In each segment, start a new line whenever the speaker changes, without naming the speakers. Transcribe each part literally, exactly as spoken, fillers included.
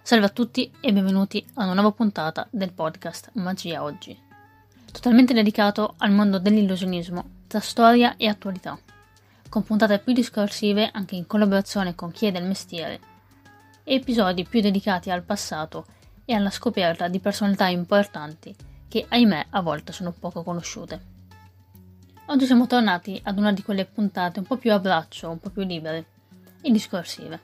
Salve a tutti e benvenuti a una nuova puntata del podcast Magia Oggi, totalmente dedicato al mondo dell'illusionismo tra storia e attualità, con puntate più discorsive anche in collaborazione con chi è del mestiere e episodi più dedicati al passato e alla scoperta di personalità importanti che, ahimè, a volte sono poco conosciute. Oggi siamo tornati ad una di quelle puntate un po' più a braccio, un po' più libere e discorsive.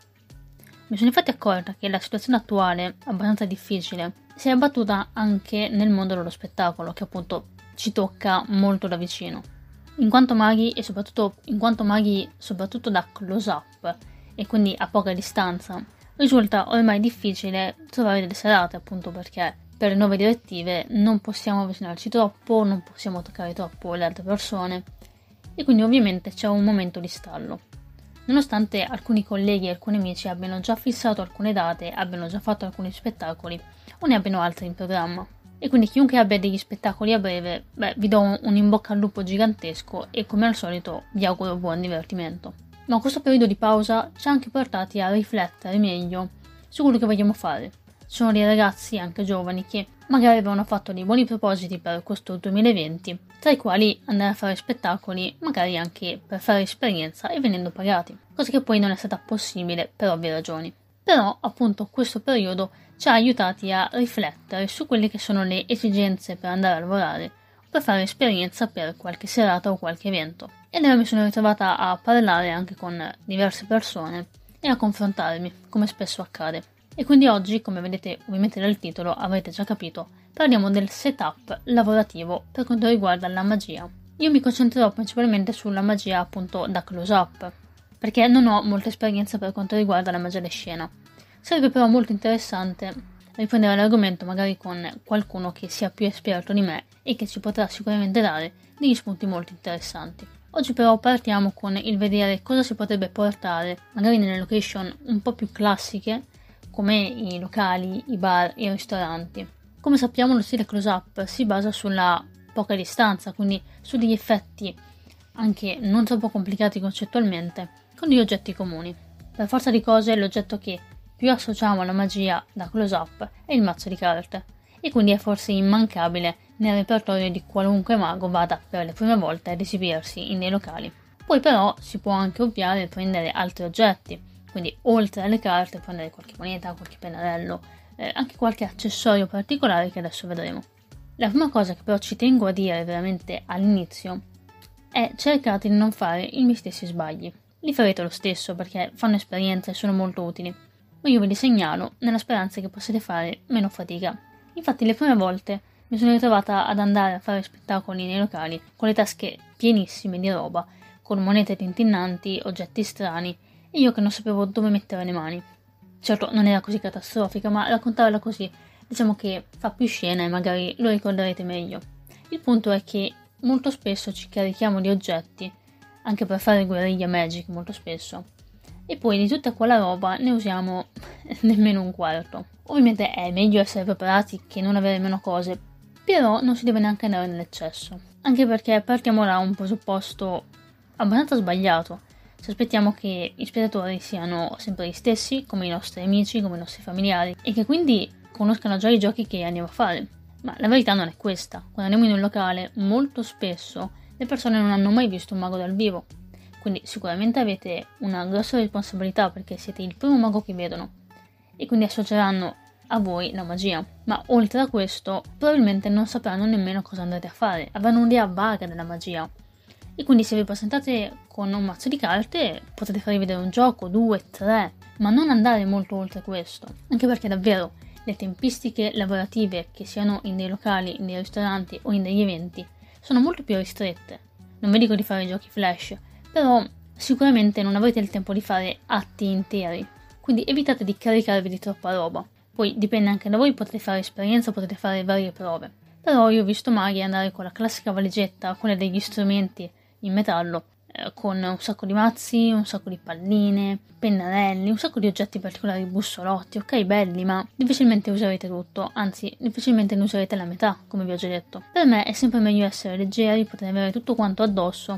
Mi sono infatti accorta che la situazione attuale, abbastanza difficile, si è abbattuta anche nel mondo dello spettacolo, che appunto ci tocca molto da vicino. In quanto maghi e soprattutto in quanto maghi soprattutto da close-up e quindi a poca distanza, risulta ormai difficile trovare delle serate, appunto perché per le nuove direttive non possiamo avvicinarci troppo, non possiamo toccare troppo le altre persone e quindi ovviamente c'è un momento di stallo. Nonostante alcuni colleghi e alcuni amici abbiano già fissato alcune date, abbiano già fatto alcuni spettacoli o ne abbiano altri in programma. E quindi chiunque abbia degli spettacoli a breve, beh, vi do un, un in bocca al lupo gigantesco e come al solito vi auguro buon divertimento. Ma questo periodo di pausa ci ha anche portati a riflettere meglio su quello che vogliamo fare. Ci sono dei ragazzi, anche giovani, che magari avevano fatto dei buoni propositi per questo duemilaventi, tra i quali andare a fare spettacoli, magari anche per fare esperienza e venendo pagati, cosa che poi non è stata possibile per ovvie ragioni. Però, appunto, questo periodo ci ha aiutati a riflettere su quelle che sono le esigenze per andare a lavorare o per fare esperienza per qualche serata o qualche evento. E allora mi sono ritrovata a parlare anche con diverse persone e a confrontarmi, come spesso accade. E quindi oggi, come vedete ovviamente dal titolo, avrete già capito, parliamo del setup lavorativo per quanto riguarda la magia. Io mi concentrerò principalmente sulla magia appunto da close-up, perché non ho molta esperienza per quanto riguarda la magia da scena. Sarebbe però molto interessante riprendere l'argomento magari con qualcuno che sia più esperto di me e che ci potrà sicuramente dare degli spunti molto interessanti. Oggi però partiamo con il vedere cosa si potrebbe portare magari nelle location un po' più classiche, come i locali, i bar e i ristoranti. Come sappiamo, lo stile close-up si basa sulla poca distanza, quindi su degli effetti anche non troppo complicati concettualmente, con degli oggetti comuni. Per forza di cose, l'oggetto che più associamo alla magia da close-up è il mazzo di carte, e quindi è forse immancabile nel repertorio di qualunque mago vada per le prime volte ad esibirsi in dei locali. Poi però si può anche ovviare e prendere altri oggetti, quindi oltre alle carte prendere qualche moneta, qualche pennarello, eh, anche qualche accessorio particolare che adesso vedremo. La prima cosa che però ci tengo a dire veramente all'inizio è cercate di non fare i miei stessi sbagli. Li farete lo stesso perché fanno esperienza e sono molto utili, ma io ve li segnalo nella speranza che possiate fare meno fatica. Infatti le prime volte mi sono ritrovata ad andare a fare spettacoli nei locali con le tasche pienissime di roba, con monete tintinnanti, oggetti strani, e io che non sapevo dove mettere le mani. Certo, non era così catastrofica, ma raccontarla così, diciamo che fa più scena e magari lo ricorderete meglio. Il punto è che molto spesso ci carichiamo di oggetti, anche per fare guerriglia magic molto spesso, e poi di tutta quella roba ne usiamo nemmeno un quarto. Ovviamente è meglio essere preparati che non avere meno cose, però non si deve neanche andare nell'eccesso, anche perché partiamo da un presupposto abbastanza sbagliato. Ci aspettiamo che gli spettatori siano sempre gli stessi, come i nostri amici, come i nostri familiari, e che quindi conoscano già i giochi che andiamo a fare. Ma la verità non è questa. Quando andiamo in un locale, molto spesso le persone non hanno mai visto un mago dal vivo. Quindi sicuramente avete una grossa responsabilità perché siete il primo mago che vedono e quindi associeranno a voi la magia. Ma oltre a questo, probabilmente non sapranno nemmeno cosa andrete a fare, avranno un'idea vaga della magia. E quindi se vi presentate con un mazzo di carte potete farvi vedere un gioco, due, tre, ma non andare molto oltre questo, anche perché davvero le tempistiche lavorative che siano in dei locali, in dei ristoranti o in degli eventi sono molto più ristrette. Non vi dico di fare giochi flash, però sicuramente non avrete il tempo di fare atti interi, quindi evitate di caricarvi di troppa roba. Poi dipende anche da voi, potete fare esperienza, potete fare varie prove, però io ho visto maghi andare con la classica valigetta, quella degli strumenti in metallo, eh, con un sacco di mazzi, un sacco di palline, pennarelli, un sacco di oggetti particolari, bussolotti, ok belli, ma difficilmente userete tutto, anzi difficilmente ne userete la metà, come vi ho già detto. Per me è sempre meglio essere leggeri, poter avere tutto quanto addosso,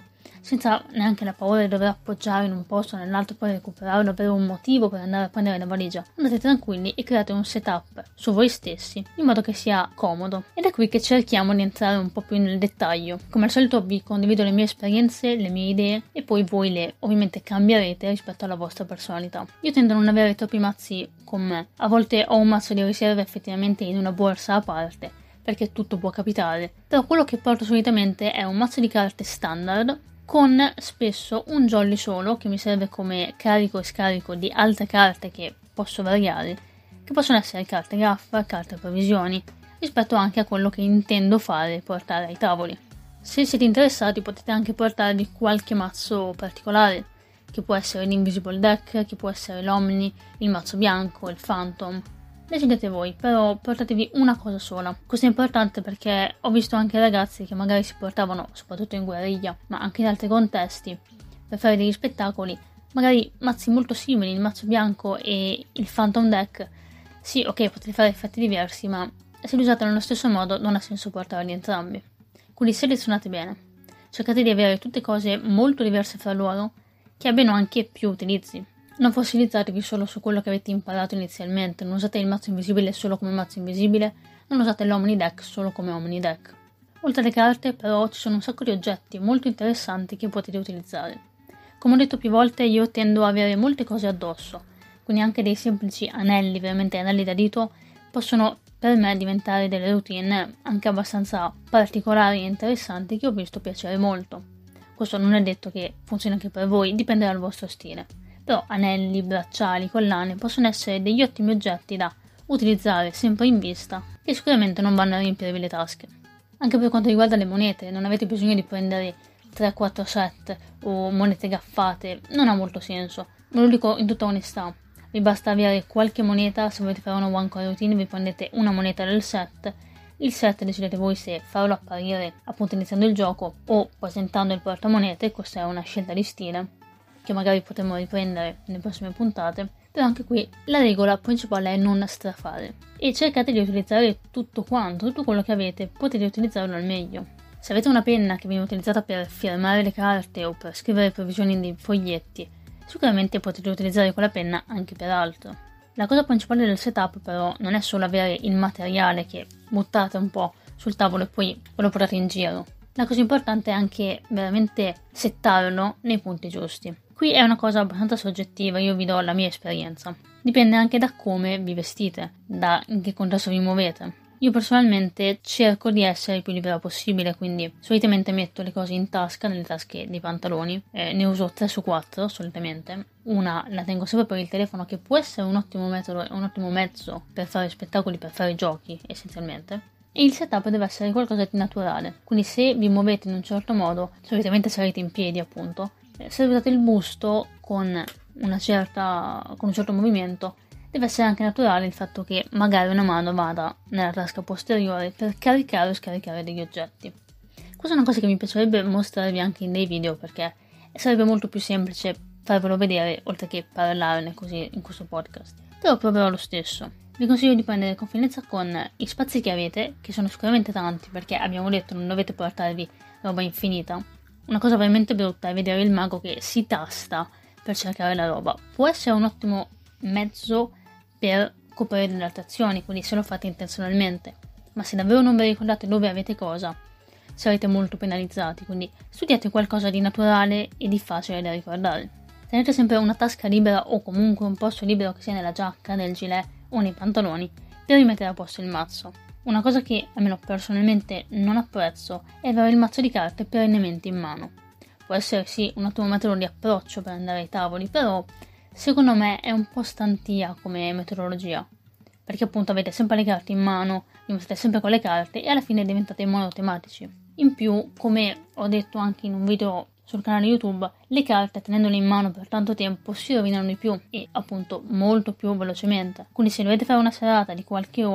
senza neanche la paura di dover appoggiare in un posto o nell'altro, poi recuperarlo, avere un motivo per andare a prendere la valigia. Andate tranquilli e create un setup su voi stessi in modo che sia comodo. Ed è qui che cerchiamo di entrare un po' più nel dettaglio. Come al solito vi condivido le mie esperienze, le mie idee e poi voi le ovviamente cambierete rispetto alla vostra personalità. Io tendo a non avere troppi mazzi con me. A volte ho un mazzo di riserva effettivamente in una borsa a parte, perché tutto può capitare, però quello che porto solitamente è un mazzo di carte standard con spesso un jolly solo che mi serve come carico e scarico di altre carte che posso variare, che possono essere carte gaffa, carte previsioni, rispetto anche a quello che intendo fare e portare ai tavoli. Se siete interessati potete anche portarvi qualche mazzo particolare, che può essere l'Invisible Deck, che può essere l'Omni, il mazzo bianco, il Phantom. Decidete voi, però portatevi una cosa sola. Questo è importante perché ho visto anche ragazzi che magari si portavano, soprattutto in guerriglia, ma anche in altri contesti, per fare degli spettacoli, magari mazzi molto simili, il mazzo bianco e il Phantom Deck. Sì, ok, potete fare effetti diversi, ma se li usate nello stesso modo non ha senso portarli entrambi. Quindi selezionate bene. Cercate di avere tutte cose molto diverse fra loro, che abbiano anche più utilizzi. Non fossilizzatevi solo su quello che avete imparato inizialmente, non usate il mazzo invisibile solo come mazzo invisibile, non usate l'Omni Deck solo come Omni Deck. Oltre alle carte, però, ci sono un sacco di oggetti molto interessanti che potete utilizzare. Come ho detto più volte, io tendo a avere molte cose addosso, quindi anche dei semplici anelli, veramente anelli da dito, possono per me diventare delle routine anche abbastanza particolari e interessanti che ho visto piacere molto. Questo non è detto che funzioni anche per voi, dipende dal vostro stile. Però anelli, bracciali, collane possono essere degli ottimi oggetti da utilizzare sempre in vista, che sicuramente non vanno a riempirvi le tasche. Anche per quanto riguarda le monete, non avete bisogno di prendere tre quattro set o monete gaffate, non ha molto senso. Ve lo dico in tutta onestà, vi basta avere qualche moneta. Se volete fare una one coin routine vi prendete una moneta del set. Il set decidete voi se farlo apparire appunto iniziando il gioco o presentando il portamonete. Questa è una scelta di stile che magari potremo riprendere nelle prossime puntate, però anche qui la regola principale è non strafare e cercate di utilizzare tutto quanto, tutto quello che avete, potete utilizzarlo al meglio. Se avete una penna che viene utilizzata per firmare le carte o per scrivere previsioni nei foglietti, sicuramente potete utilizzare quella penna anche per altro. La cosa principale del setup però non è solo avere il materiale che buttate un po' sul tavolo e poi ve lo portate in giro. La cosa importante è anche veramente settarlo nei punti giusti. Qui è una cosa abbastanza soggettiva, io vi do la mia esperienza. Dipende anche da come vi vestite, da in che contesto vi muovete. Io personalmente cerco di essere il più libera possibile, quindi solitamente metto le cose in tasca, nelle tasche dei pantaloni, eh, ne uso tre su quattro solitamente. Una la tengo sempre per il telefono, che può essere un ottimo metodo, un ottimo mezzo per fare spettacoli, per fare giochi essenzialmente. E il setup deve essere qualcosa di naturale, quindi se vi muovete in un certo modo, solitamente sarete in piedi appunto, se usate il busto con, una certa, con un certo movimento, deve essere anche naturale il fatto che magari una mano vada nella tasca posteriore per caricare o scaricare degli oggetti. Questa è una cosa che mi piacerebbe mostrarvi anche in dei video, perché sarebbe molto più semplice farvelo vedere oltre che parlarne così in questo podcast. Però proverò lo stesso. Vi consiglio di prendere confidenza con i spazi che avete, che sono sicuramente tanti, perché abbiamo detto non dovete portarvi roba infinita. Una cosa veramente brutta è vedere il mago che si tasta per cercare la roba. Può essere un ottimo mezzo per coprire delle altre azioni, quindi se lo fate intenzionalmente. Ma se davvero non vi ricordate dove avete cosa, sarete molto penalizzati, quindi studiate qualcosa di naturale e di facile da ricordare. Tenete sempre una tasca libera o comunque un posto libero che sia nella giacca, nel gilet o nei pantaloni per rimettere a posto il mazzo. Una cosa che almeno personalmente non apprezzo è avere il mazzo di carte perennemente in mano. Può essere sì un ottimo metodo di approccio per andare ai tavoli, però secondo me è un po' stantia come metodologia, perché appunto avete sempre le carte in mano, vi mettete sempre con le carte e alla fine diventate monotematici. In più, come ho detto anche in un video sul canale YouTube, le carte tenendole in mano per tanto tempo si rovinano di più e appunto molto più velocemente. Quindi se dovete fare una serata di qualche ora,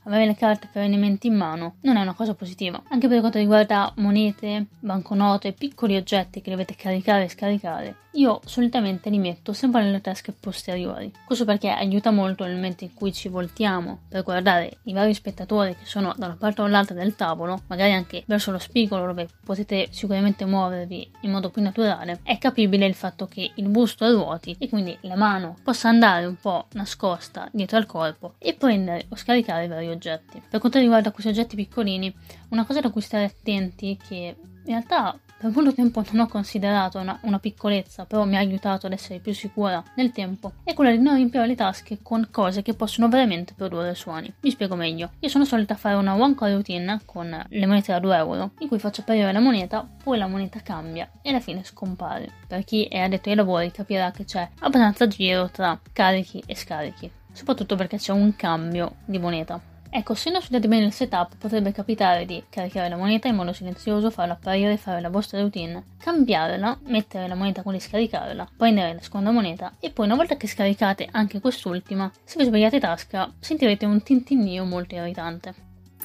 avere le carte perennemente in mano non è una cosa positiva. Anche per quanto riguarda monete, banconote, piccoli oggetti che dovete caricare e scaricare, io solitamente li metto sempre nelle tasche posteriori. Questo perché aiuta molto nel momento in cui ci voltiamo per guardare i vari spettatori che sono da una parte o dall'altra del tavolo, magari anche verso lo spigolo dove potete sicuramente muovervi in modo più naturale. È capibile il fatto che il busto ruoti e quindi la mano possa andare un po' nascosta dietro al corpo e prendere o scaricare i vari oggetti. Per quanto riguarda questi oggetti piccolini, una cosa da cui stare attenti, che in realtà per molto tempo non ho considerato una, una piccolezza, però mi ha aiutato ad essere più sicura nel tempo, è quella di non riempire le tasche con cose che possono veramente produrre suoni. Vi spiego meglio. Io sono solita fare una one call routine con le monete da due euro, in cui faccio apparire la moneta, poi la moneta cambia e alla fine scompare. Per chi è addetto ai lavori capirà che c'è abbastanza giro tra carichi e scarichi, soprattutto perché c'è un cambio di moneta. Ecco, se non studiate bene il setup, potrebbe capitare di caricare la moneta in modo silenzioso, farla apparire, fare la vostra routine, cambiarla, mettere la moneta con scaricarla, prendere la seconda moneta e poi una volta che scaricate anche quest'ultima, se vi sbagliate tasca, sentirete un tintinnio molto irritante,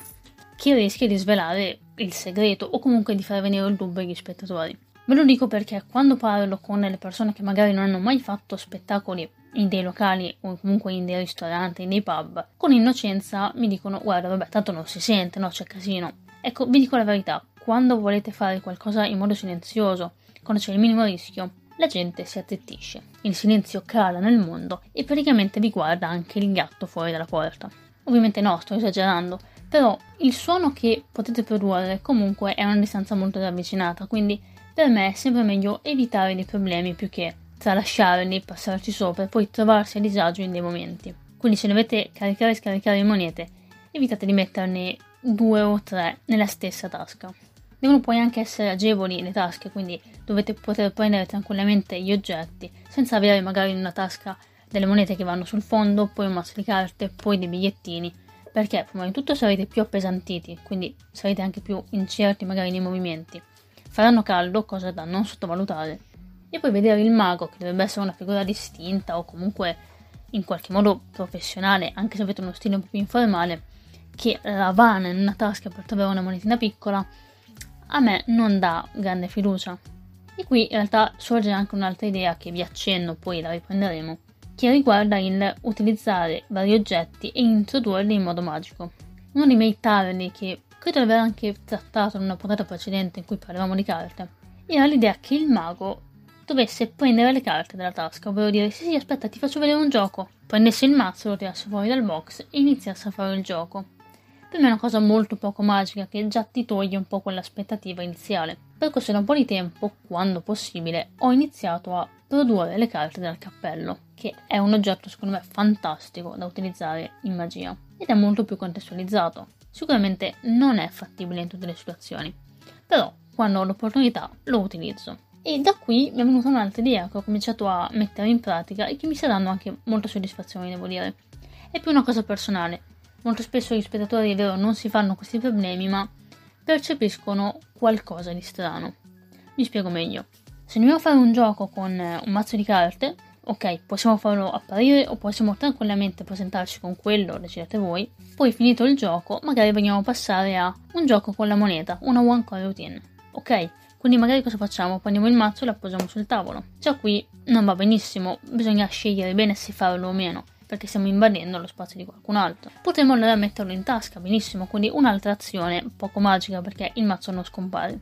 che rischia di svelare il segreto o comunque di far venire il dubbio agli spettatori. Ve lo dico perché quando parlo con le persone che magari non hanno mai fatto spettacoli in dei locali o comunque in dei ristoranti, in dei pub, con innocenza mi dicono: guarda, vabbè, tanto non si sente, no, c'è casino. Ecco, vi dico la verità, quando volete fare qualcosa in modo silenzioso, quando c'è il minimo rischio, la gente si attettisce, il silenzio cala nel mondo e praticamente vi guarda anche il gatto fuori dalla porta. Ovviamente no, sto esagerando, però il suono che potete produrre comunque è a una distanza molto ravvicinata, quindi per me è sempre meglio evitare dei problemi più che tralasciarli, passarci sopra e poi trovarsi a disagio in dei momenti. Quindi se dovete caricare e scaricare le monete, evitate di metterne due o tre nella stessa tasca. Devono poi anche essere agevoli le tasche, quindi dovete poter prendere tranquillamente gli oggetti senza avere magari in una tasca delle monete che vanno sul fondo, poi un mazzo di carte, poi dei bigliettini, perché prima di tutto sarete più appesantiti, quindi sarete anche più incerti magari nei movimenti. Faranno caldo, cosa da non sottovalutare. E poi vedere il mago, che dovrebbe essere una figura distinta o comunque in qualche modo professionale, anche se avete uno stile un po' più informale, che ravana in una tasca per trovare una monetina piccola, a me non dà grande fiducia. E qui in realtà sorge anche un'altra idea che vi accenno, poi la riprenderemo, che riguarda il utilizzare vari oggetti e introdurli in modo magico. Uno dei miei tarli, che credo di aver anche trattato in una puntata precedente in cui parlavamo di carte, era l'idea che il mago dovesse prendere le carte dalla tasca, ovvero dire: sì sì, aspetta, ti faccio vedere un gioco, prendesse il mazzo, lo tirasse fuori dal box e iniziasse a fare il gioco. Per me è una cosa molto poco magica che già ti toglie un po' quell'aspettativa iniziale. Per questo da un po' di tempo, quando possibile, ho iniziato a produrre le carte dal cappello, che è un oggetto secondo me fantastico da utilizzare in magia ed è molto più contestualizzato. Sicuramente non è fattibile in tutte le situazioni, però quando ho l'opportunità lo utilizzo. E da qui mi è venuta un'altra idea che ho cominciato a mettere in pratica e che mi sta dando anche molta soddisfazione, devo dire. È più una cosa personale. Molto spesso gli spettatori, è vero, non si fanno questi problemi, ma percepiscono qualcosa di strano. Mi spiego meglio. Se dobbiamo fare un gioco con un mazzo di carte, ok, possiamo farlo apparire o possiamo tranquillamente presentarci con quello, decidete voi. Poi finito il gioco, magari vogliamo passare a un gioco con la moneta, una one call routine. Ok? Quindi magari cosa facciamo? Prendiamo il mazzo e lo appoggiamo sul tavolo. Già qui non va benissimo, bisogna scegliere bene se farlo o meno, perché stiamo invadendo lo spazio di qualcun altro. Potremmo allora metterlo in tasca, benissimo, quindi un'altra azione poco magica perché il mazzo non scompare.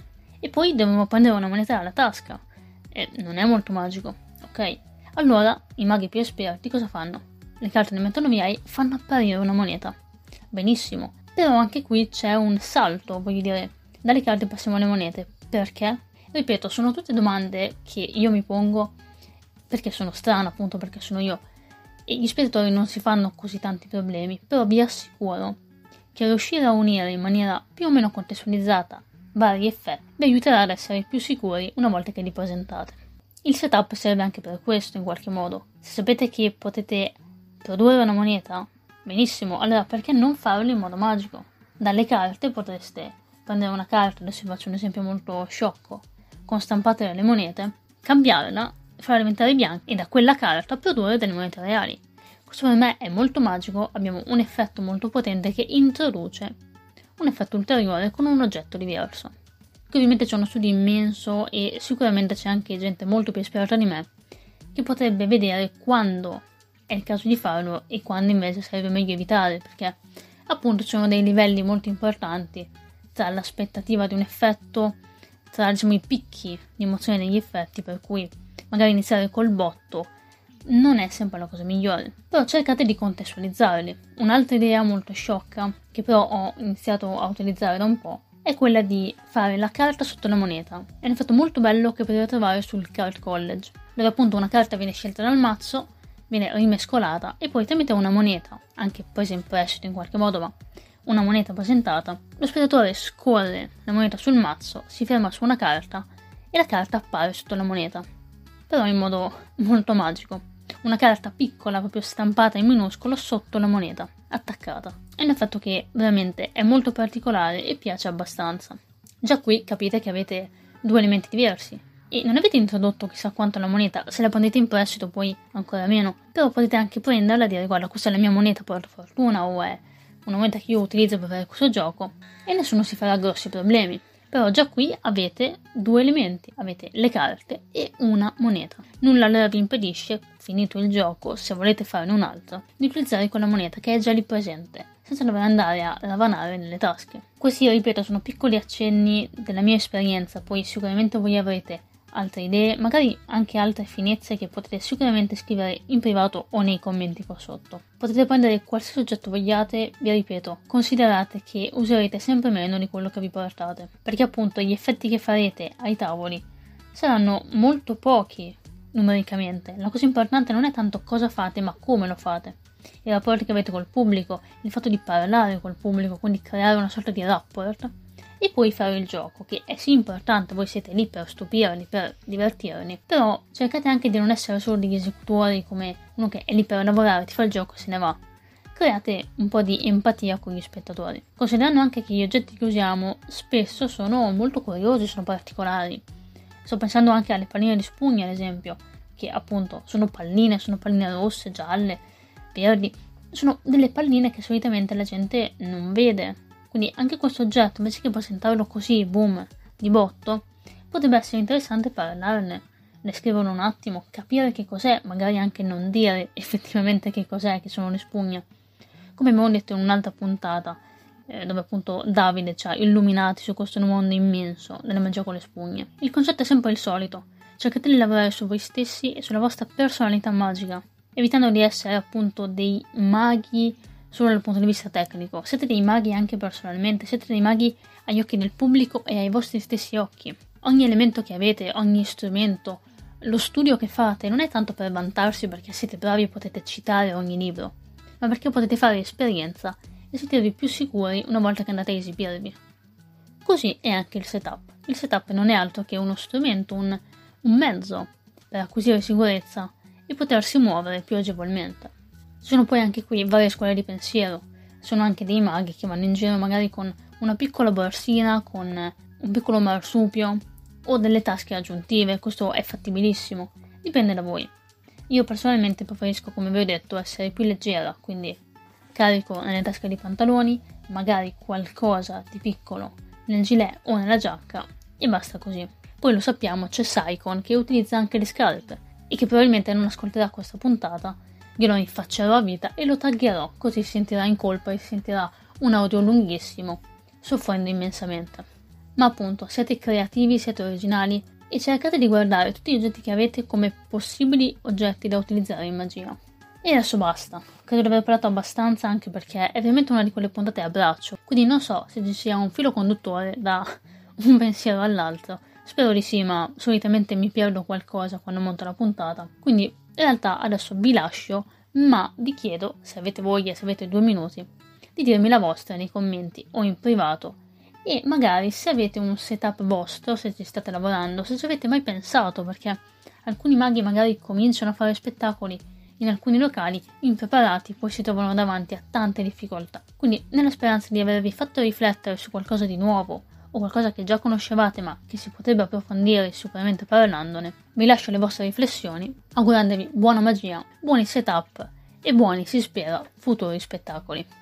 E poi dobbiamo prendere una moneta dalla tasca, e non è molto magico, ok? Allora i maghi più esperti cosa fanno? Le carte ne mettono via e fanno apparire una moneta. Benissimo, però anche qui c'è un salto, voglio dire, dalle carte passiamo alle monete. Perché? Ripeto, sono tutte domande che io mi pongo perché sono strana, appunto perché sono io, e gli spettatori non si fanno così tanti problemi, però vi assicuro che riuscire a unire in maniera più o meno contestualizzata vari effetti vi aiuterà ad essere più sicuri una volta che li presentate. Il setup serve anche per questo in qualche modo. Se sapete che potete produrre una moneta, benissimo, allora perché non farlo in modo magico? Dalle carte potreste prendere una carta, adesso vi faccio un esempio molto sciocco, con stampate delle monete, cambiarla, farla diventare bianca e da quella carta produrre delle monete reali. Questo per me è molto magico, abbiamo un effetto molto potente che introduce un effetto ulteriore con un oggetto diverso. Qui ovviamente c'è uno studio immenso e sicuramente c'è anche gente molto più esperta di me che potrebbe vedere quando è il caso di farlo e quando invece sarebbe meglio evitare, perché appunto ci sono dei livelli molto importanti tra l'aspettativa di un effetto, tra diciamo i picchi di emozione degli effetti, per cui magari iniziare col botto non è sempre la cosa migliore, però cercate di contestualizzarli. Un'altra idea molto sciocca, che però ho iniziato a utilizzare da un po', è quella di fare la carta sotto la moneta. È un effetto molto bello che potete trovare sul Card College, dove appunto una carta viene scelta dal mazzo, viene rimescolata e poi tramite una moneta, anche presa in prestito in qualche modo, ma una moneta presentata, lo spettatore scorre la moneta sul mazzo, si ferma su una carta e la carta appare sotto la moneta, però in modo molto magico. Una carta piccola, proprio stampata in minuscolo sotto la moneta, attaccata. È un effetto che veramente è molto particolare e piace abbastanza. Già qui capite che avete due elementi diversi e non avete introdotto chissà quanto la moneta. Se la prendete in prestito poi ancora meno, però potete anche prenderla e dire guarda, questa è la mia moneta porta fortuna o è una moneta che io utilizzo per fare questo gioco e nessuno si farà grossi problemi. Però già qui avete due elementi, avete le carte e una moneta. Nulla allora vi impedisce, finito il gioco, se volete farne un altro, di utilizzare quella moneta che è già lì presente, senza dover andare a ravanare nelle tasche. Questi, ripeto, sono piccoli accenni della mia esperienza, poi sicuramente voi avrete altre idee, magari anche altre finezze che potete sicuramente scrivere in privato o nei commenti qua sotto. Potete prendere qualsiasi oggetto vogliate, vi ripeto, considerate che userete sempre meno di quello che vi portate, perché appunto gli effetti che farete ai tavoli saranno molto pochi numericamente. La cosa importante non è tanto cosa fate, ma come lo fate. I rapporti che avete col pubblico, il fatto di parlare col pubblico, quindi creare una sorta di rapport, e poi fare il gioco, che è sì importante, voi siete lì per stupirli, per divertirli, però cercate anche di non essere solo degli esecutori, come uno che è lì per lavorare, ti fa il gioco e se ne va. Create un po' di empatia con gli spettatori, considerando anche che gli oggetti che usiamo spesso sono molto curiosi, sono particolari. Sto pensando anche alle palline di spugna, ad esempio, che appunto sono palline, sono palline rosse, gialle, verdi, sono delle palline che solitamente la gente non vede. Quindi anche questo oggetto, invece che presentarlo così, boom, di botto, potrebbe essere interessante parlarne, descriverlo un attimo, capire che cos'è, magari anche non dire effettivamente che cos'è, che sono le spugne. Come abbiamo detto in un'altra puntata, eh, dove appunto Davide ci ha illuminati su questo mondo immenso della magia con le spugne. Il concetto è sempre il solito, cercate di lavorare su voi stessi e sulla vostra personalità magica, evitando di essere appunto dei maghi solo dal punto di vista tecnico. Siete dei maghi anche personalmente, siete dei maghi agli occhi del pubblico e ai vostri stessi occhi. Ogni elemento che avete, ogni strumento, lo studio che fate non è tanto per vantarsi perché siete bravi e potete citare ogni libro, ma perché potete fare esperienza e sentirvi più sicuri una volta che andate a esibirvi. Così è anche il setup. Il setup non è altro che uno strumento, un, un mezzo per acquisire sicurezza e potersi muovere più agevolmente. Ci sono poi anche qui varie scuole di pensiero, sono anche dei maghi che vanno in giro magari con una piccola borsina, con un piccolo marsupio o delle tasche aggiuntive, questo è fattibilissimo, dipende da voi. Io personalmente preferisco, come vi ho detto, essere più leggera, quindi carico nelle tasche dei pantaloni, magari qualcosa di piccolo nel gilet o nella giacca e basta così. Poi lo sappiamo, c'è Saikon che utilizza anche le scarpe e che probabilmente non ascolterà questa puntata. Io lo rifaccerò a vita e lo taggherò, così si sentirà in colpa e si sentirà un audio lunghissimo, soffrendo immensamente. Ma appunto, siete creativi, siete originali e cercate di guardare tutti gli oggetti che avete come possibili oggetti da utilizzare in magia. E adesso basta, credo di aver parlato abbastanza anche perché è veramente una di quelle puntate a braccio, quindi non so se ci sia un filo conduttore da un pensiero all'altro. Spero di sì, ma solitamente mi perdo qualcosa quando monto la puntata, quindi in realtà adesso vi lascio, ma vi chiedo, se avete voglia, se avete due minuti, di dirmi la vostra nei commenti o in privato e magari se avete un setup vostro, se ci state lavorando, se ci avete mai pensato, perché alcuni maghi magari cominciano a fare spettacoli in alcuni locali impreparati, poi si trovano davanti a tante difficoltà. Quindi nella speranza di avervi fatto riflettere su qualcosa di nuovo o qualcosa che già conoscevate ma che si potrebbe approfondire sicuramente parlandone, vi lascio le vostre riflessioni, augurandovi buona magia, buoni setup e buoni, si spera, futuri spettacoli.